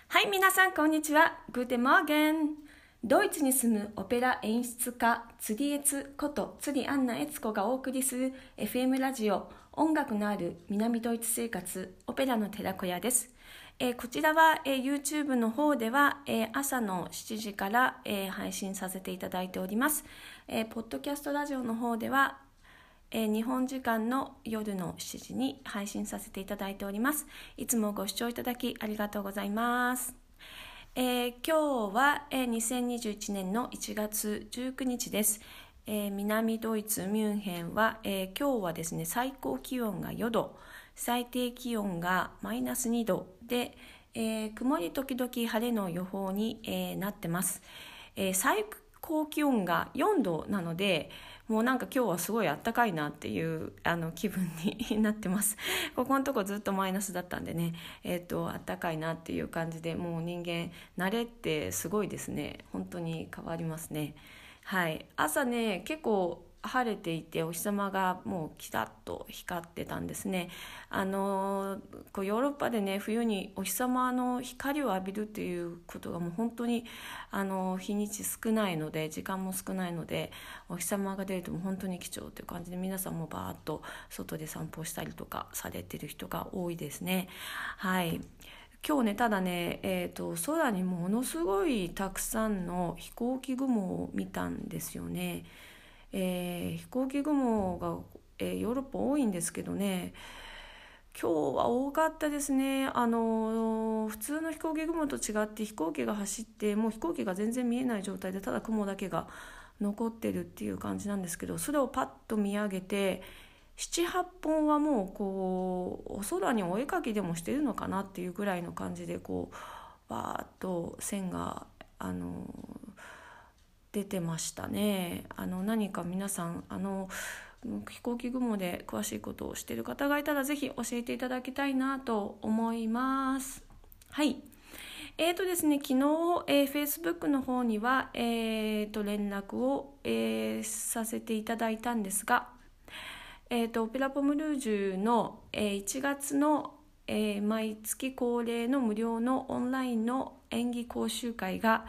はい、皆さんこんにちは。グーテンモーゲン。ドイツに住むオペラ演出家釣りエツこと釣りアンナエツコがお送りする FM ラジオ音楽のある南ドイツ生活オペラの寺子屋です。こちらは、YouTube の方では、朝の7時から、配信させていただいております。ポッドキャストラジオの方では日本時間の夜の7時に配信させていただいております。いつもご視聴いただきありがとうございます。今日は、2021年の1月19日です。南ドイツミュンヘンは、今日はですね、最高気温が4度、最低気温がマイナス2度で、曇り時々晴れの予報に、なってます。最高気温が4度なので、もうなんか今日はすごいあったかいなっていう気分になってます。ここのとこずっとマイナスだったんでね、あったかいなっていう感じで、もう人間慣れってすごいですね。本当に変わりますね。はい、朝ね結構晴れていてお日様がもうキラッと光ってたんですね。こうヨーロッパでね冬にお日様の光を浴びるっていうことがもう本当に日にち少ないので、時間も少ないので、お日様が出るともう本当に貴重という感じで、皆さんもバーッと外で散歩したりとかされてる人が多いですね。はい、今日ねただね、空にものすごいたくさんの飛行機雲を見たんですよね。飛行機雲が、ヨーロッパ多いんですけどね、今日は多かったですね。普通の飛行機雲と違って飛行機が走ってもう飛行機が全然見えない状態でただ雲だけが残ってるっていう感じなんですけど、それをパッと見上げて7、8本はもうこうお空にお絵かきでもしてるのかなっていうぐらいの感じで、こうバーッと線が出てましたね。何か皆さん飛行機雲で詳しいことをしている方がいたらぜひ教えていただきたいなと思います。はい、ですね、昨日、Facebook の方には、連絡を、させていただいたんですが、オペラポムルージュの、1月の、毎月恒例の無料のオンラインの演技講習会が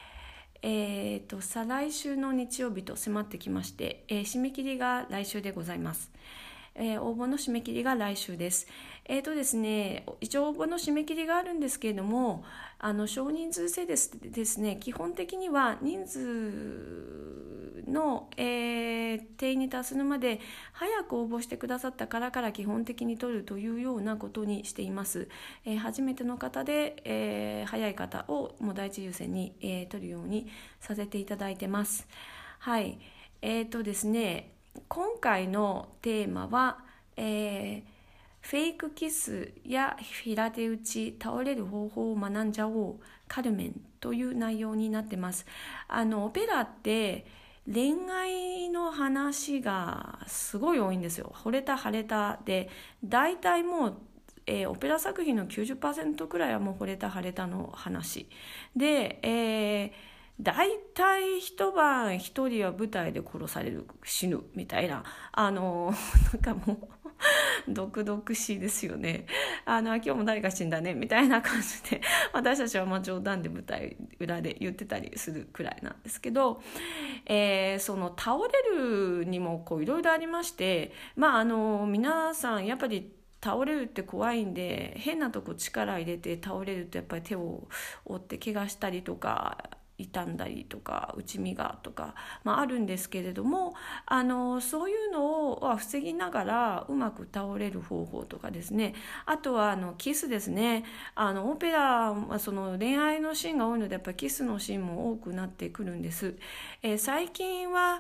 再来週の日曜日と迫ってきまして、締め切りが来週でございます。応募の締め切りが来週です。ですね、一応応募の締め切りがあるんですけれども、少人数制ですね、基本的には人数の、定員に達するまで早く応募してくださった方から基本的に取るというようなことにしています。初めての方で、早い方をもう第一優先に、取るようにさせていただいてます。はい、ですね、今回のテーマは、フェイクキスや平手打ち、倒れる方法を学んじゃおう、カルメンという内容になってます。オペラって恋愛の話がすごい多いんですよ。惚れた腫れたで、だいたいもうオペラ作品の 90% くらいはもう惚れた腫れたの話で、だいたい一晩一人は舞台で殺される、死ぬみたいな、なんかもう毒々しいですよね。今日も誰か死んだねみたいな感じで私たちはまあ冗談で舞台裏で言ってたりするくらいなんですけど、その倒れるにもこういろいろありまして、皆さんやっぱり倒れるって怖いんで、変なとこ力入れて倒れるとやっぱり手を折って怪我したりとか傷んだりとか内身がとか、あるんですけれども、そういうのを防ぎながらうまく倒れる方法とかですね、あとはキスですね。オペラはその恋愛のシーンが多いのでやっぱりキスのシーンも多くなってくるんです。最近は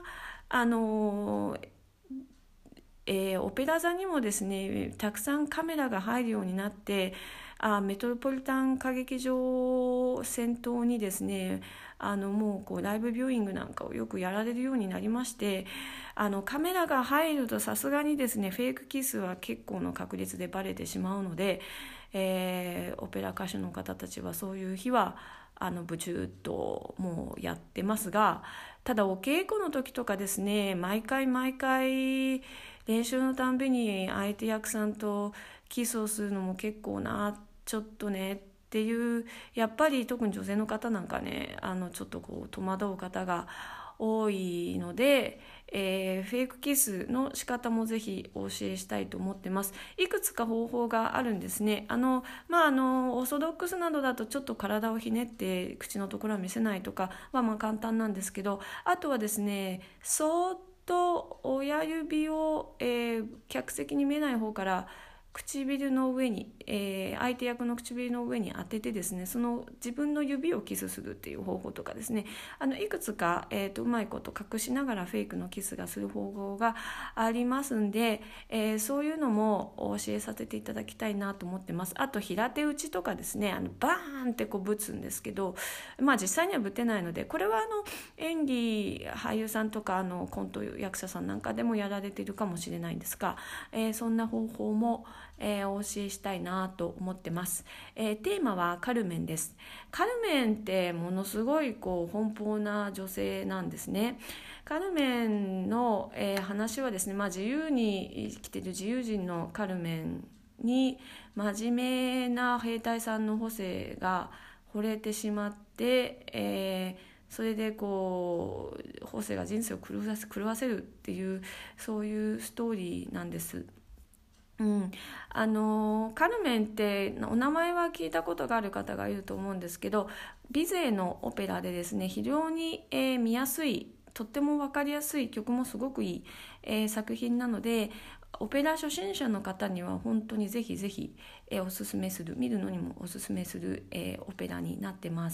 オペラ座にもですねたくさんカメラが入るようになって、メトロポリタン歌劇場を先頭にですね、もうこうライブビューイングなんかをよくやられるようになりまして、カメラが入るとさすがにですねフェイクキスは結構の確率でバレてしまうので、オペラ歌手の方たちはそういう日はブチューっともうやってますが、ただお稽古の時とかですね、毎回練習のたんびに相手役さんとキスをするのも結構なちょっとねっっていう、やっぱり特に女性の方なんかね、ちょっと戸惑う方が多いので、フェイクキスの仕方もぜひお教えしたいと思ってます。いくつか方法があるんですね。オーソドックスなどだとちょっと体をひねって口のところは見せないとかは簡単なんですけど、あとはですね、そーっと親指を、客席に見えない方から唇の上に、相手役の唇の上に当ててですね、その自分の指をキスするっていう方法とかですね、いくつか、うまいこと隠しながらフェイクのキスがする方法がありますんで、そういうのもお教えさせていただきたいなと思ってます。あと平手打ちとかですね、バーンってぶつんですけど、実際にはぶてないので、これは演技俳優さんとかコント役者さんなんかでもやられているかもしれないんですが、そんな方法もお教えしたいなと思ってます。テーマはカルメンです。カルメンってものすごい奔放な女性なんですね。カルメンの、話はですね、自由に生きている自由人のカルメンに真面目な兵隊さんのホセが惚れてしまって、それでホセが人生を狂わせるっていう、そういうストーリーなんです。カルメンってお名前は聞いたことがある方がいると思うんですけど、ビゼーのオペラでですね、非常に、見やすい、とっても分かりやすい、曲もすごくいい、作品なので、オペラ初心者の方には本当にぜひぜひ、おすすめする、見るのにもおすすめする、オペラになってます。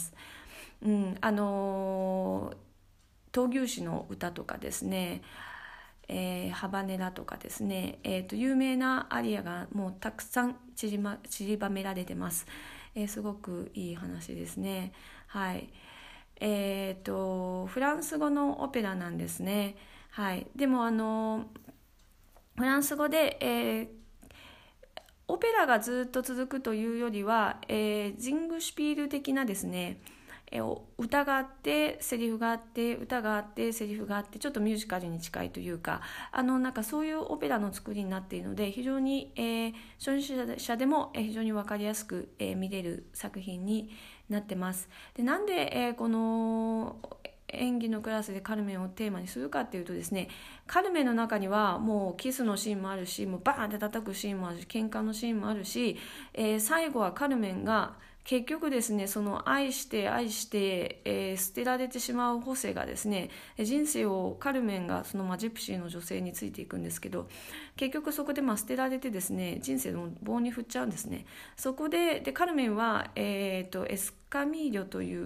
闘牛士の歌とかですね、ハバネラとかですね、有名なアリアがもうたくさん散りばめられてます。すごくいい話ですね。はい。フランス語のオペラなんですね。はい。でもフランス語で、オペラがずっと続くというよりは、ジングシュピール的なですね、歌があってセリフがあって歌があってセリフがあって、ちょっとミュージカルに近いというか、なんかそういうオペラの作りになっているので、非常に、初心者でも非常に分かりやすく、見れる作品になってます。で、なんで、この演技のクラスでカルメンをテーマにするかっていうとですね、カルメンの中にはもうキスのシーンもあるし、もうバーンって叩くシーンもあるし、喧嘩のシーンもあるし、最後はカルメンが結局ですね、その愛して、捨てられてしまうホセがですね、人生をカルメンがそのジプシーの女性についていくんですけど、結局そこで捨てられてですね、人生の棒に振っちゃうんですね。そこでカルメンは、エスカミーリョという、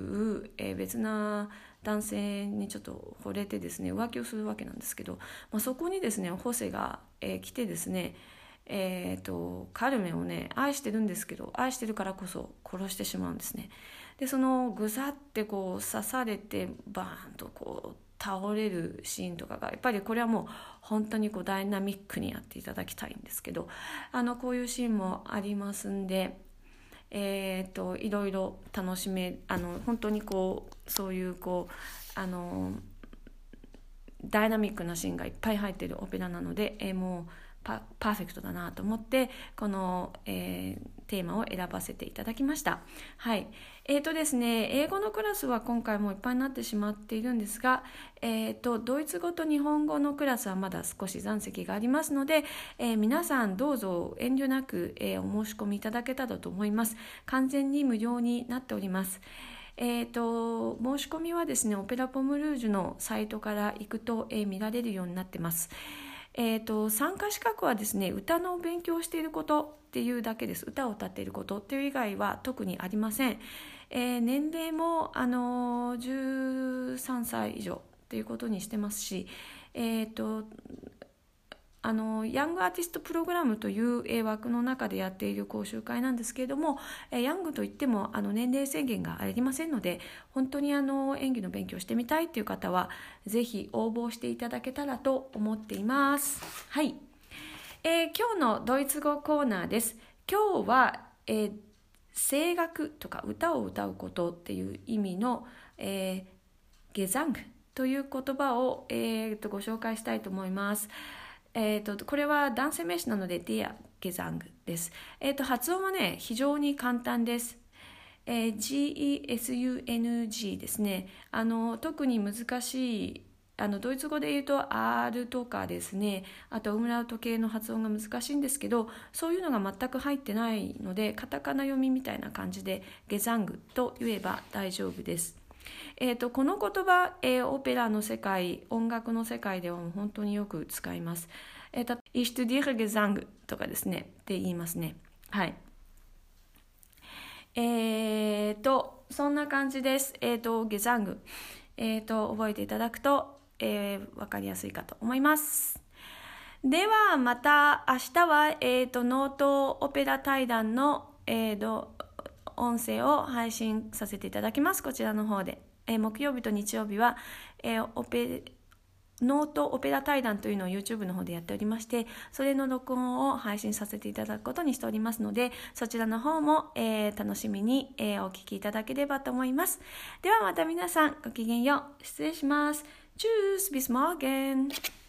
別な男性にちょっと惚れてですね、浮気をするわけなんですけど、そこにですねホセが、来てですね、カルメンをね愛してるんですけど、愛してるからこそ殺してしまうんですね。でそのぐさって刺されてバーンと倒れるシーンとかが、やっぱりこれはもう本当にダイナミックにやっていただきたいんですけど、こういうシーンもありますんで、いろいろ楽しめ、本当にそういうダイナミックなシーンがいっぱい入っているオペラなので、もうパーフェクトだなと思ってこの、テーマを選ばせていただきました。はい。ですね、英語のクラスは今回もういっぱいになってしまっているんですが、ドイツ語と日本語のクラスはまだ少し残席がありますので、皆さんどうぞ遠慮なく、お申し込みいただけたらと思います。完全に無料になっております。申し込みはですね、オペラポムルージュのサイトから行くと、見られるようになってます。参加資格はですね、歌の勉強をしていることっていうだけです。歌を歌っていることっていう以外は特にありません。年齢も13歳以上っていうことにしてますし、ヤングアーティストプログラムという枠の中でやっている講習会なんですけれども、ヤングといっても年齢制限がありませんので、本当に演技の勉強してみたいという方はぜひ応募していただけたらと思っています。はい。今日のドイツ語コーナーです。今日は、声楽とか歌を歌うことっていう意味の、ゲザングという言葉を、ご紹介したいと思います。これは男性名詞なので Der Gesang です。発音はね非常に簡単です。 GESUNG ですね。特に難しいドイツ語で言うと R とかですね、あとウムラウト系の発音が難しいんですけど、そういうのが全く入ってないので、カタカナ読みみたいな感じでゲザングと言えば大丈夫です。この言葉、オペラの世界、音楽の世界では本当によく使います。Ich studiere Gesang とかですねって言いますね。はい。そんな感じです。ゲザング、覚えていただくと、分かりやすいかと思います。ではまた明日は、ノートオペラ対談の、音声を配信させていただきます。こちらの方で、木曜日と日曜日は、ノートオペラ対談というのを YouTube の方でやっておりまして、それの録音を配信させていただくことにしておりますので、そちらの方も、楽しみに、お聞きいただければと思います。ではまた皆さんごきげんよう。失礼します。Tschüss, bis morgen.